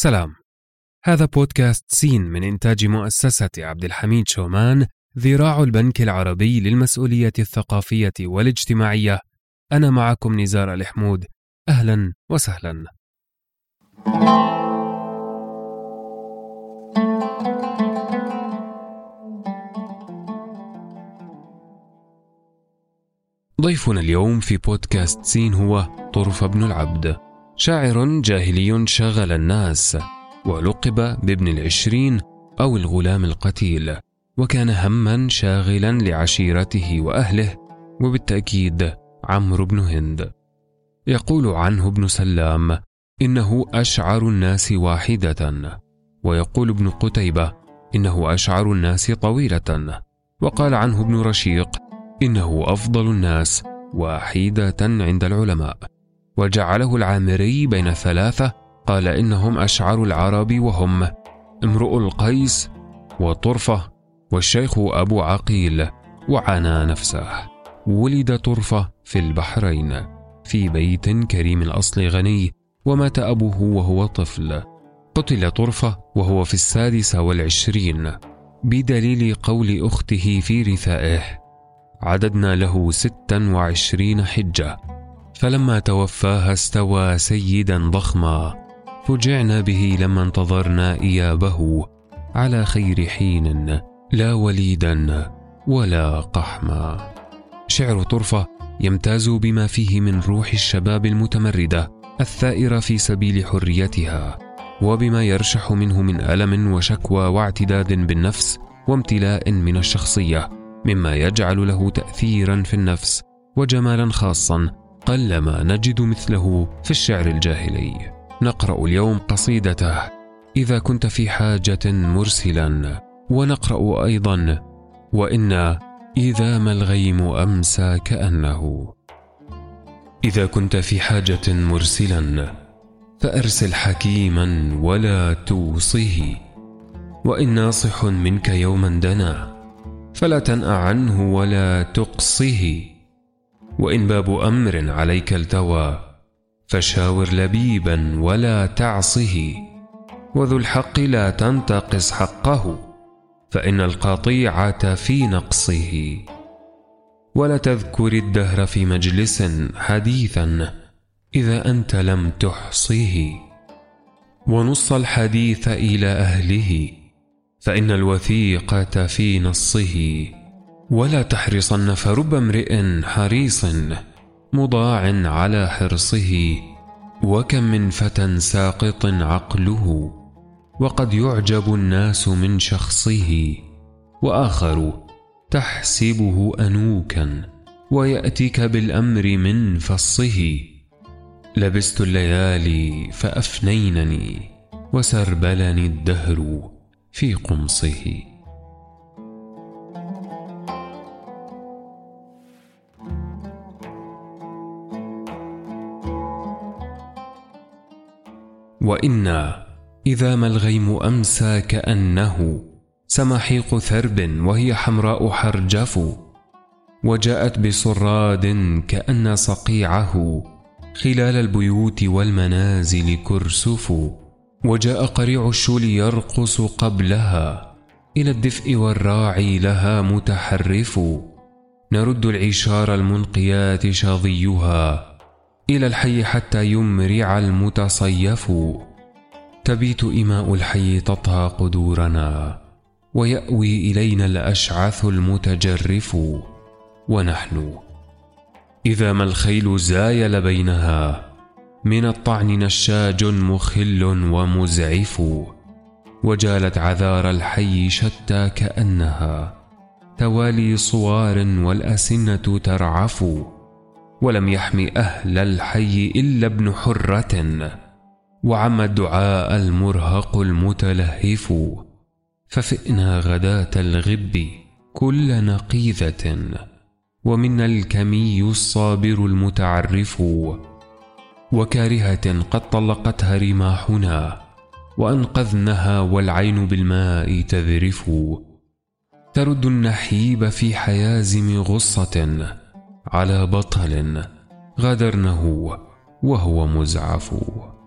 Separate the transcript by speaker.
Speaker 1: سلام، هذا بودكاست سين من إنتاج مؤسسة عبد الحميد شومان، ذراع البنك العربي للمسؤولية الثقافية والاجتماعية. أنا معكم نزار الحمود، أهلا وسهلا. ضيفنا اليوم في بودكاست سين هو طرفة بن العبد، شاعر جاهلي شغل الناس، ولقب بابن العشرين أو الغلام القتيل، وكان همًا شاغلًا لعشيرته وأهله، وبالتأكيد عمرو بن هند. يقول عنه ابن سلام إنه أشعر الناس واحدة، ويقول ابن قتيبة إنه أشعر الناس طويلة، وقال عنه ابن رشيق إنه أفضل الناس واحدة عند العلماء. وجعله العامري بين ثلاثة، قال إنهم أشعر العرب وهم امرؤ القيس وطرفة والشيخ أبو عقيل. وعنى نفسه. ولد طرفة في البحرين في بيت كريم الأصل غني، ومات أبوه وهو طفل. قتل طرفة وهو في 26 بدليل قول أخته في رثائه: عددنا له 26 حجة، فلما توفاها استوى سيدا ضخما، فجعنا به لما انتظرنا إيابه، على خير حين لا وليدا ولا قحما. شعر طرفة يمتاز بما فيه من روح الشباب المتمردة الثائرة في سبيل حريتها، وبما يرشح منه من ألم وشكوى واعتداد بالنفس وامتلاء من الشخصية، مما يجعل له تأثيرا في النفس وجمالا خاصا قلما نجد مثله في الشعر الجاهلي. نقرأ اليوم قصيدته إذا كنت في حاجة مرسلا، ونقرأ أيضا وإن إذا ما الغيم أمسى كأنه. إذا كنت في حاجة مرسلا فأرسل حكيما ولا توصه، وإن ناصح منك يوما دنا فلا تنأ عنه ولا تقصه، وإن باب أمر عليك التوى فشاور لبيبا ولا تعصه، وذو الحق لا تنتقص حقه فإن القطيعة في نقصه، ولا تذكر الدهر في مجلس حديثا إذا أنت لم تحصه، ونص الحديث إلى أهله فإن الوثيقة في نصه، ولا تحرصن فرب امرئ حريص مضاع على حرصه، وكم من فتى ساقط عقله وقد يعجب الناس من شخصه، وآخر تحسبه أنوكا ويأتيك بالأمر من فصه، لبست الليالي فأفنينني وسربلني الدهر في قمصه. وإن إذا ما الغيم أمسى كأنه سماحيق ثرب وهي حمراء حرجف، وجاءت بصراد كأن صقيعه خلال البيوت والمنازل كرسف، وجاء قريع الشول يرقص قبلها إلى الدفء والراعي لها متحرف، نرد العشار المنقيات شظيها إلى الحي حتى يمرع المتصيف، تبيت إماء الحي تطهى قدورنا ويأوي إلينا الأشعث المتجرف، ونحن إذا ما الخيل زايل بينها من الطعن نشاج مخل ومزعف، وجالت عذار الحي شتى كأنها توالي صوار والأسنة ترعف، ولم يحم أهل الحي إلا ابن حرة، وعم الدعاء المرهق المتلهف، ففئنا غداة الغب كل نقيذة، ومنا الكمي الصابر المتعرف، وكارهة قد طلقتها رماحنا وأنقذنها والعين بالماء تذرف، ترد النحيب في حيازم غصة على بطل غدرنه وهو مزعف.